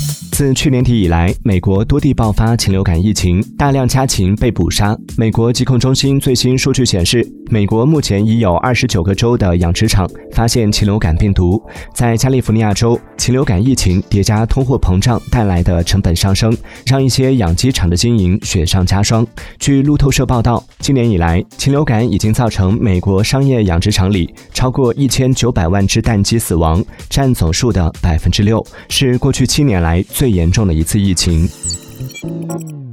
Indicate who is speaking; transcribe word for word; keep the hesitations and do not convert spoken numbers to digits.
Speaker 1: 自去年底以来，美国多地爆发禽流感疫情，大量家禽被捕杀。美国疾控中心最新数据显示，美国目前已有二十九个州的养殖场发现禽流感病毒。在加利福尼亚州，禽流感疫情叠加通货膨胀带来的成本上升，让一些养鸡场的经营雪上加霜。据路透社报道，今年以来，禽流感已经造成美国商业养殖场里超过一千九百万只蛋鸡死亡，占总数的百分之六，是过去七年来最严重的一次疫情。